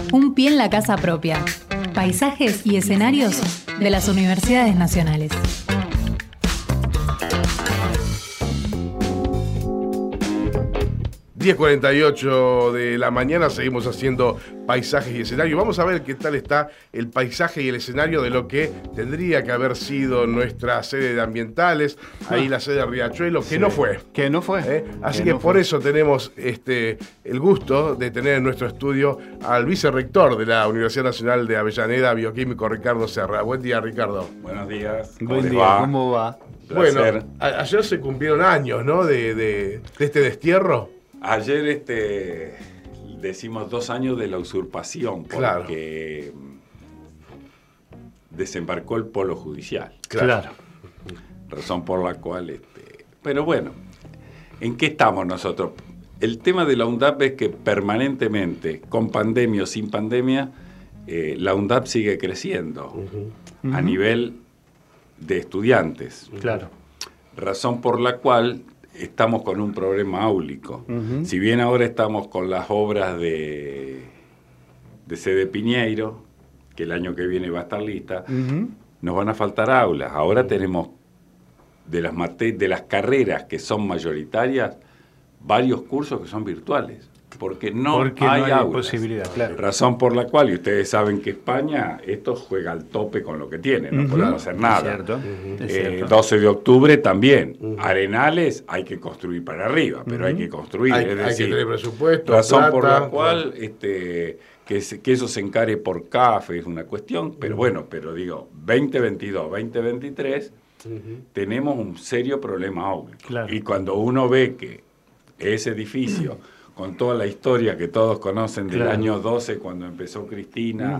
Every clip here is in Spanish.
Un pie en la casa propia. Paisajes y escenarios de las universidades nacionales. ...10:48 de la mañana, seguimos haciendo paisajes y escenarios. Vamos a ver qué tal está el paisaje y el escenario de lo que tendría que haber sido nuestra sede de ambientales, ahí la sede de Riachuelo, que no fue. Que no fue. Así que por eso tenemos el gusto de tener en nuestro estudio al vicerrector de la Universidad Nacional de Avellaneda, bioquímico Ricardo Serra. Buen día, Ricardo. Buenos días. Buen día, ¿cómo va? Bueno, ayer se cumplieron años, ¿no? de este destierro. Ayer decimos 2 años de la usurpación, porque desembarcó el polo judicial. Claro. Razón por la cual... Pero bueno, ¿en qué estamos nosotros? El tema de la UNDAP es que permanentemente, con pandemia o sin pandemia, la UNDAP sigue creciendo a nivel de estudiantes. Claro. Razón por la cual estamos con un problema áulico. Si bien ahora estamos con las obras de Sede Piñeiro, que el año que viene va a estar lista, nos van a faltar aulas. Ahora tenemos de las carreras que son mayoritarias, varios cursos que son virtuales. Porque no hay aulas. Posibilidad, claro. Razón por la cual, y ustedes saben que España, esto juega al tope con lo que tiene, no podemos hacer nada. Es cierto. 12 de octubre también. Arenales hay que construir para arriba, pero hay que construir. Hay es que decir, tener presupuesto, razón plata, por la cual que eso se encare por CAFE es una cuestión, pero bueno, pero digo, 2022, 2023, tenemos un serio problema áulico. Claro. Y cuando uno ve que ese edificio... con toda la historia que todos conocen del año 12, cuando empezó Cristina,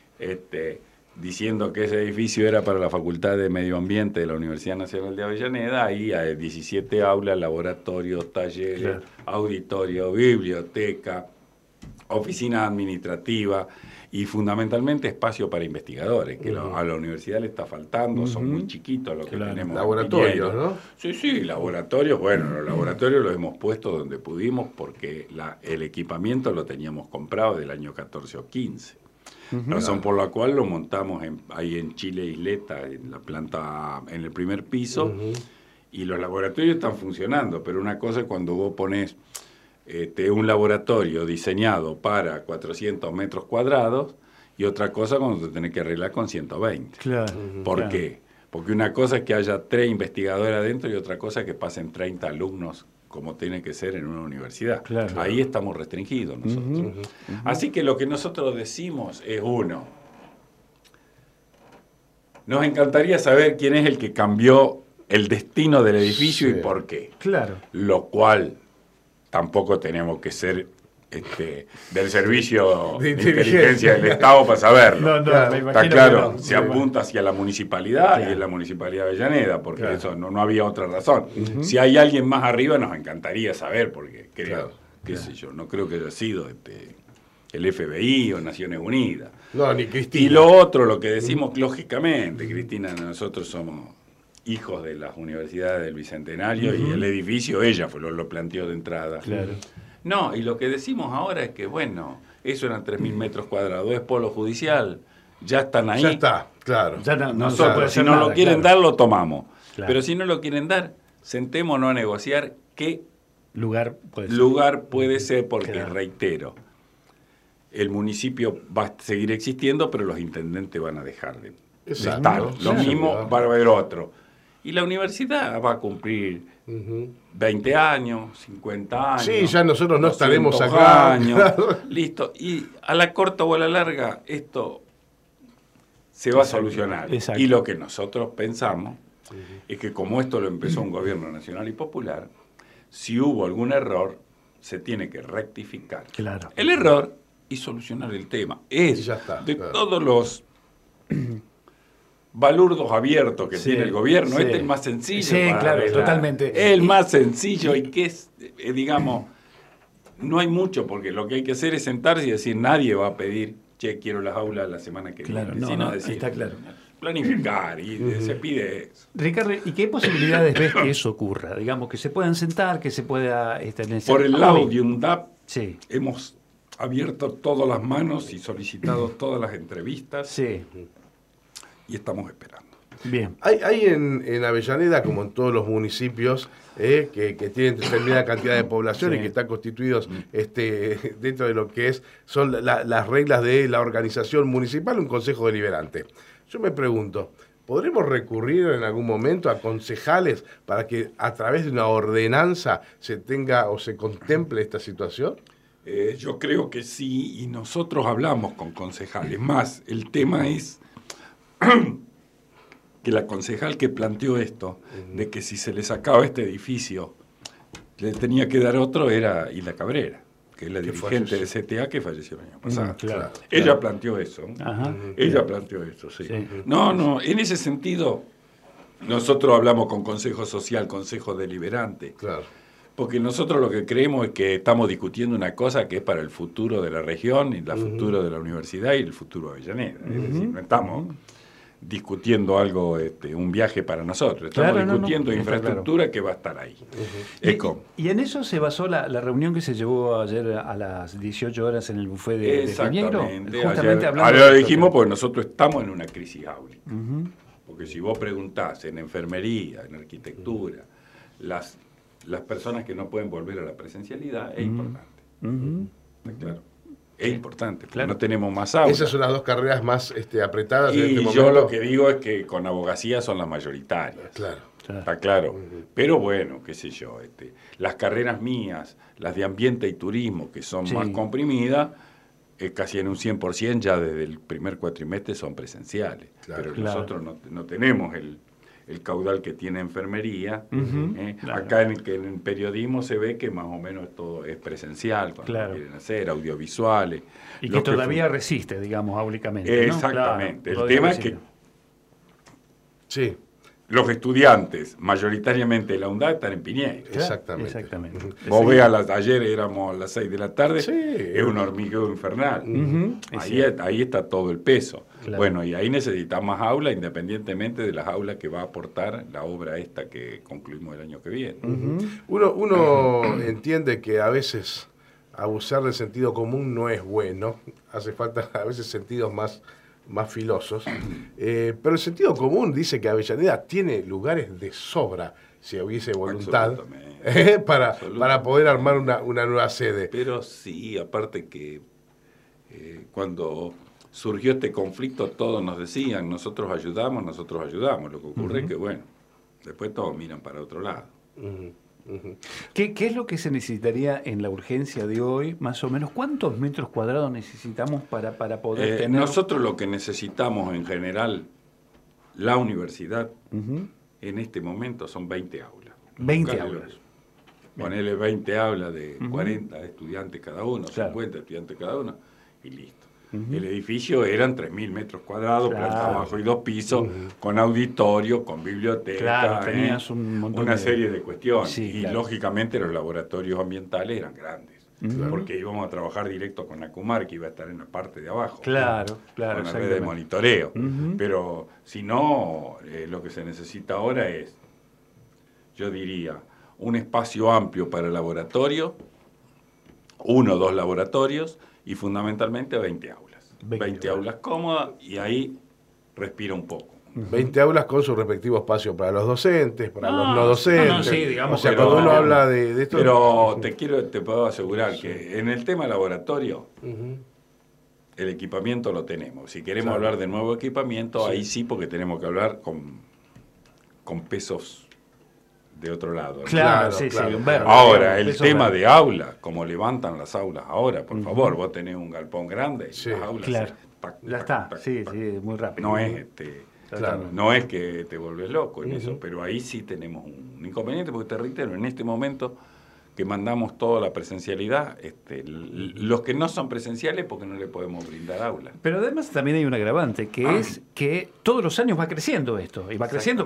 diciendo que ese edificio era para la Facultad de Medio Ambiente de la Universidad Nacional de Avellaneda, ahí hay 17 aulas, laboratorios, talleres, auditorio, biblioteca, oficina administrativa y fundamentalmente espacio para investigadores, que a la universidad le está faltando, son muy chiquitos los que tenemos. Laboratorios, ¿no? Sí, laboratorios. Bueno, los laboratorios los hemos puesto donde pudimos porque el equipamiento lo teníamos comprado del año 14 o 15. Razón por la cual lo montamos ahí en Chile Isleta, en la planta, en el primer piso, y los laboratorios están funcionando, pero una cosa es cuando vos ponés un laboratorio diseñado para 400 metros cuadrados y otra cosa cuando te tenés que arreglar con 120. Claro. ¿Por qué? Porque una cosa es que haya 3 investigadores adentro y otra cosa es que pasen 30 alumnos como tiene que ser en una universidad. Claro. Ahí estamos restringidos nosotros. Así que lo que nosotros decimos es nos encantaría saber quién es el que cambió el destino del edificio y por qué. Claro. Lo cual tampoco tenemos que ser del servicio de inteligencia del Estado para saberlo. Me imagino. Está claro, que no. se apunta hacia la municipalidad y es la Municipalidad de Avellaneda, porque eso no había otra razón. Si hay alguien más arriba nos encantaría saber, porque creo, qué sé yo, no creo que haya sido el FBI o Naciones Unidas. No, ni Cristina. Y lo otro, lo que decimos lógicamente, Cristina, nosotros somos hijos de las universidades del Bicentenario y el edificio ella lo planteó de entrada. Claro. No, y lo que decimos ahora es que, bueno, eso eran 3.000 metros cuadrados, es polo judicial, ya están ahí. Ya está, claro. Ya no Nosotros, se puede si hacer no nada, lo quieren dar, lo tomamos. Claro. Pero si no lo quieren dar, sentémonos a negociar qué lugar puede ser, porque, reitero, el municipio va a seguir existiendo, pero los intendentes van a dejar de estar. Lo mismo va a haber otro. Y la universidad va a cumplir 20 años, 50 años. Sí, ya nosotros no estaremos acá. Años, listo. Y a la corta o a la larga esto se va a solucionar. Exacto. Y lo que nosotros pensamos es que como esto lo empezó un gobierno nacional y popular, si hubo algún error, se tiene que rectificar el error y solucionar el tema. Es ya está, todos los balurdos abiertos que tiene el gobierno, este es el más sencillo. Sí, claro, totalmente. El más sencillo y que es, digamos, no hay mucho, porque lo que hay que hacer es sentarse y decir, nadie va a pedir, che, quiero las aulas la semana que viene. Sino decir, está claro. Planificar y se pide eso. Ricardo, ¿y qué posibilidades ves que eso ocurra? Digamos, que se puedan sentar, que se pueda... Por el lado de UNDAP, abierto todas las manos y solicitado todas las entrevistas. Sí. Y estamos esperando. Bien. Hay en Avellaneda, como en todos los municipios, que tienen determinada cantidad de población y que están constituidos dentro de lo que son las reglas de la organización municipal, un consejo deliberante. Yo me pregunto, ¿podremos recurrir en algún momento a concejales para que a través de una ordenanza se tenga o se contemple esta situación? Yo creo que sí, y nosotros hablamos con concejales. Más, el tema es que la concejal que planteó esto, de que si se le sacaba este edificio, le tenía que dar otro, era Hilda Cabrera, que es la dirigente de CTA que falleció el año pasado. Claro, Ella planteó eso. Ajá. Ella planteó eso, sí. Sí. No, en ese sentido, nosotros hablamos con Consejo Social, Consejo Deliberante. Claro. Porque nosotros lo que creemos es que estamos discutiendo una cosa que es para el futuro de la región, y el futuro de la universidad y el futuro de Avellaneda. Es decir, no estamos discutiendo algo, un viaje para nosotros. Estamos discutiendo infraestructura que va a estar ahí. Y en eso se basó la reunión que se llevó ayer a las 18 horas en el buffet de Piñeiro. Justamente ayer lo dijimos porque nosotros estamos en una crisis áulica. Porque si vos preguntás en enfermería, en arquitectura, las personas que no pueden volver a la presencialidad, es importante. Claro. Es importante, porque no tenemos más aulas. Esas son las dos carreras más apretadas en este momento. Y yo lo que digo es que con abogacía son las mayoritarias. Claro. Está claro. Pero bueno, qué sé yo, las carreras mías, las de ambiente y turismo, que son más comprimidas, casi en un 100% ya desde el primer cuatrimestre son presenciales. Claro. Pero nosotros no tenemos el caudal que tiene enfermería. Acá en el periodismo se ve que más o menos todo es presencial, cuando quieren hacer audiovisuales. Y que todavía resiste, digamos, áulicamente. Exactamente. Claro, el tema es que sí. Los estudiantes, mayoritariamente de la UNDAD, están en Piñeiro. Exactamente. Vos veas, ayer éramos a las 6 de la tarde, es un hormigueo infernal. Ahí está todo el peso. Claro. Bueno, y ahí necesitamos más aulas, independientemente de las aulas que va a aportar la obra esta que concluimos el año que viene. Uno entiende que a veces abusar del sentido común no es bueno. Hace falta a veces sentidos más filosos, pero el sentido común dice que Avellaneda tiene lugares de sobra, si hubiese voluntad, para poder armar una nueva sede. Pero sí, aparte que cuando surgió este conflicto todos nos decían, nosotros ayudamos. Lo que ocurre es que, bueno, después todos miran para otro lado. ¿Qué es lo que se necesitaría en la urgencia de hoy, más o menos? ¿Cuántos metros cuadrados necesitamos para poder tener...? Nosotros lo que necesitamos en general, la universidad, en este momento son 20 aulas. 20 aulas. Ponele 20 aulas de 40 estudiantes cada uno, 50 estudiantes cada uno, y listo. El edificio eran 3.000 metros cuadrados, planta abajo y 2 pisos, con auditorio, con biblioteca, tenías un montón una serie de cuestiones. Sí, y lógicamente los laboratorios ambientales eran grandes, porque íbamos a trabajar directo con Acumar, que iba a estar en la parte de abajo. Claro. Con la red de monitoreo. Pero si no, lo que se necesita ahora es, yo diría, un espacio amplio para el laboratorio, 1 o 2 laboratorios, y fundamentalmente 20 aulas. 20 aulas cómodas, y ahí respira un poco. 20 aulas con su respectivo espacio para los docentes, para los no docentes. Sí, digamos, o sea, cuando uno habla de esto... Pero te puedo asegurar que en el tema laboratorio, el equipamiento lo tenemos. Si queremos hablar de nuevo equipamiento, ahí sí, porque tenemos que hablar con pesos de otro lado. Claro. Ahora, el tema de aulas, como levantan las aulas ahora, por favor, vos tenés un galpón grande, las aulas... muy rápido. No es que te volvés loco en eso, pero ahí sí tenemos un inconveniente, porque te reitero, en este momento que mandamos toda la presencialidad, los que no son presenciales porque no le podemos brindar aulas. Pero además también hay un agravante, que es que todos los años va creciendo esto, y va creciendo.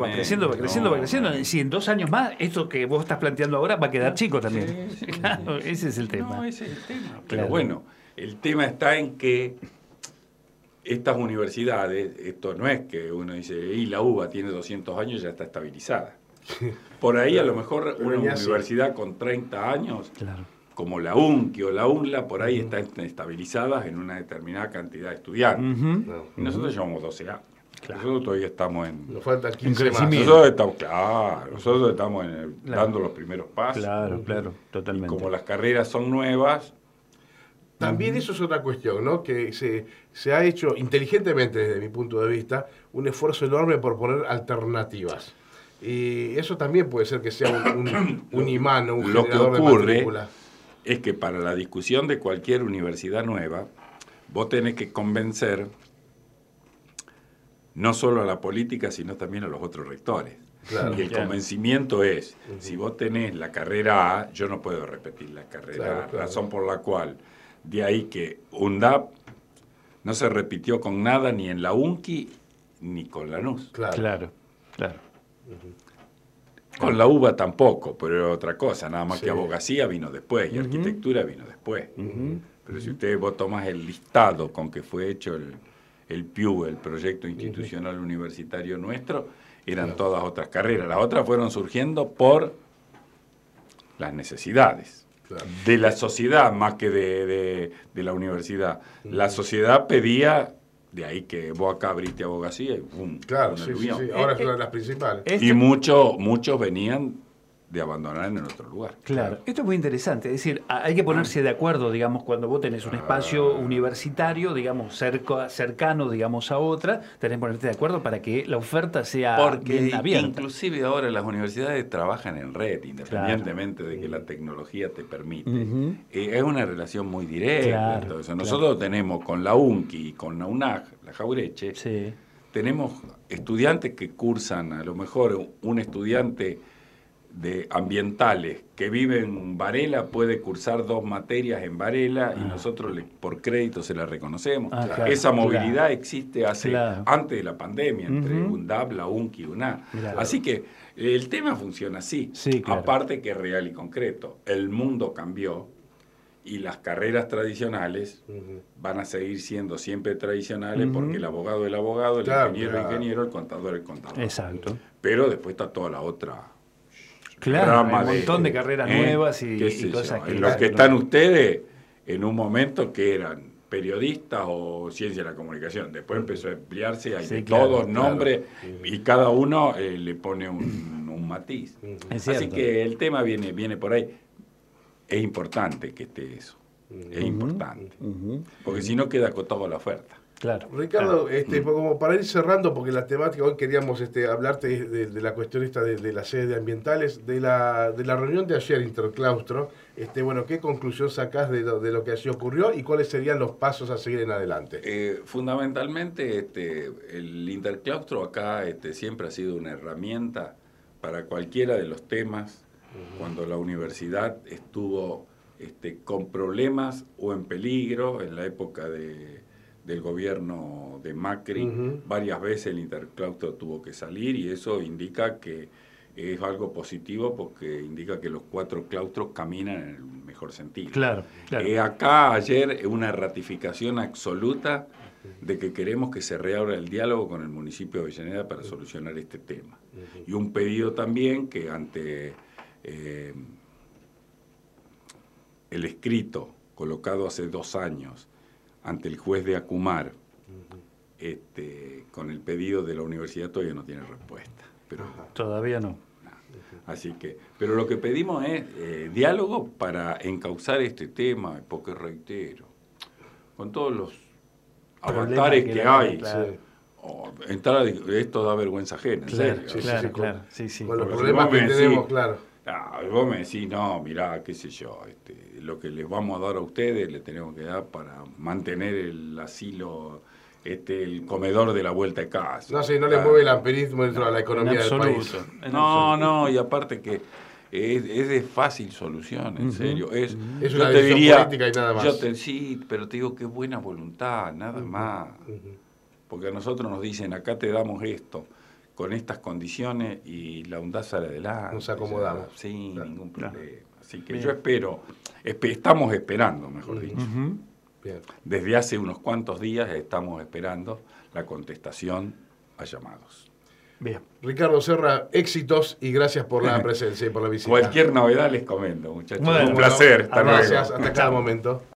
Si en 2 años más, esto que vos estás planteando ahora va a quedar chico también. Claro, ese es el tema. No, ese es el tema. Pero bueno, el tema está en que estas universidades, esto no es que uno dice, y la UBA tiene 200 años, ya está estabilizada. Por ahí a lo mejor una universidad con 30 años como la UNCI o la UNLA, por ahí están estabilizadas en una determinada cantidad de estudiantes. Y nosotros llevamos 12 años. Claro. Nosotros todavía estamos en... Nos faltan 15 más. Nosotros estamos dando los primeros pasos. Claro, totalmente. Y como las carreras son nuevas... También eso es otra cuestión, ¿no? Que se ha hecho inteligentemente, desde mi punto de vista, un esfuerzo enorme por poner alternativas. Y eso también puede ser que sea un imán o un generador de matrícula. Es que para la discusión de cualquier universidad nueva, vos tenés que convencer no solo a la política, sino también a los otros rectores. Claro, y el convencimiento es, si vos tenés la carrera A, yo no puedo repetir la carrera A, razón por la cual, de ahí que UNDAP no se repitió con nada ni en la UNCI ni con la NUS. Claro. Con la UBA tampoco, pero era otra cosa, nada más que abogacía vino después y arquitectura vino después. Pero si vos tomás el listado con que fue hecho el PIU, el Proyecto Institucional Universitario Nuestro, eran todas otras carreras. Las otras fueron surgiendo por las necesidades de la sociedad más que de la universidad. La sociedad pedía, de ahí que vos acá abriste abogacía y ¡pum! Claro, sí. Ahora es una de las principales. Y muchos venían de abandonar en otro lugar. Claro, esto es muy interesante, es decir, hay que ponerse de acuerdo, digamos, cuando vos tenés un espacio universitario, digamos, cercano, digamos, a otra, tenés que ponerte de acuerdo para que la oferta sea bien abierta. Inclusive ahora las universidades trabajan en red, independientemente de que la tecnología te permite. Es una relación muy directa. Entonces, nosotros tenemos con la UNCI y con la UNAG, la Jaureche, tenemos estudiantes que cursan, a lo mejor un estudiante de ambientales que vive en Varela puede cursar 2 materias en Varela y nosotros por crédito se la reconocemos. Esa movilidad existe antes de la pandemia entre UNDAP, la UNCI y UNAG. Así que el tema funciona así. Aparte que es real y concreto. El mundo cambió y las carreras tradicionales van a seguir siendo siempre tradicionales porque el abogado es el abogado, el ingeniero es el ingeniero, el contador es el contador. Exacto. Pero después está toda la otra... Claro, hay un montón de carreras nuevas y cosas que... Los que están ustedes en un momento que eran periodistas o ciencia de la comunicación. Después empezó a ampliarse, hay de todos nombres y cada uno le pone un matiz. Así que el tema viene por ahí. Es importante que esté eso. Es importante. Porque si no queda acotado la oferta. Claro. Ricardo, como para ir cerrando, porque la temática, hoy queríamos hablarte de la cuestión esta de las sedes ambientales, de la reunión de ayer, Interclaustro, ¿qué conclusión sacás de lo que allí ocurrió y cuáles serían los pasos a seguir en adelante? Fundamentalmente, el Interclaustro acá siempre ha sido una herramienta para cualquiera de los temas cuando la universidad estuvo con problemas o en peligro en la época del gobierno de Macri. Varias veces el Interclaustro tuvo que salir y eso indica que es algo positivo porque indica que los 4 claustros caminan en el mejor sentido. Claro. Acá ayer una ratificación absoluta de que queremos que se reabra el diálogo con el municipio de Avellaneda para solucionar este tema. Y un pedido también que ante el escrito colocado hace 2 años ante el juez de Acumar, con el pedido de la universidad todavía no tiene respuesta. Pero, todavía no. Así que, pero lo que pedimos es diálogo para encauzar este tema, porque reitero, con todos los avatares que hay, esto da vergüenza ajena, en serio. Claro. Con los problemas que tenemos, vos me decís, no, mirá, qué sé yo, lo que les vamos a dar a ustedes le tenemos que dar para mantener el asilo, el comedor de la vuelta de casa. No le mueve el amperismo dentro de la economía del país. No, y aparte que es de fácil solución, en serio. Es una decisión política y nada más. Sí, pero te digo que es buena voluntad, nada más. Porque a nosotros nos dicen, acá te damos esto, con estas condiciones, y la UNDAP sale adelante. Nos acomodamos. Sin ningún problema. Así que yo estamos esperando, mejor dicho. Bien. Desde hace unos cuantos días estamos esperando la contestación a llamados. Bien. Ricardo Serra, éxitos y gracias por la presencia y por la visita. Cualquier novedad les comento, muchachos. Bueno, un placer. Hasta luego. Gracias, hasta cada momento.